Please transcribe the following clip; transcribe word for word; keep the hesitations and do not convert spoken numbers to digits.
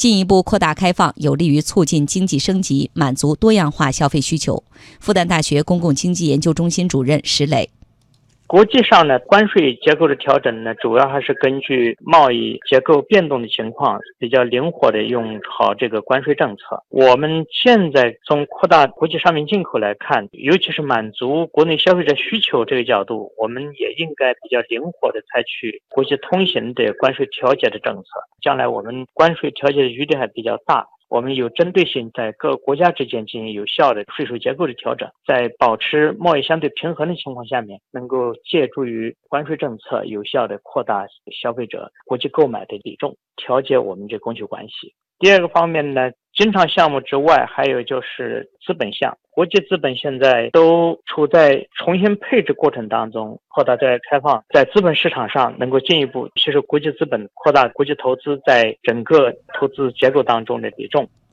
进一步扩大开放有利于促进经济升级，满足多样化消费需求。复旦大学公共经济研究中心主任石磊。 国际上呢，关税结构的调整呢，主要还是根据贸易结构变动的情况，比较灵活的用好这个关税政策。我们现在从扩大国际商品进口来看，尤其是满足国内消费者需求这个角度，我们也应该比较灵活的采取国际通行的关税调节的政策。将来我们关税调节的余地还比较大。我们有针对性在各国家之间进行有效的税收结构的调整，在保持贸易相对平衡的情况下面，能够借助于关税政策有效的扩大消费者国际购买的比重，调节我们这供求关系。第二个方面呢，经常项目之外，还有就是资本项。国际资本现在都处在重新配置过程当中，扩大对外开放，在资本市场上能够进一步吸收国际资本，扩大国际投资在整个投资结构当中的比重。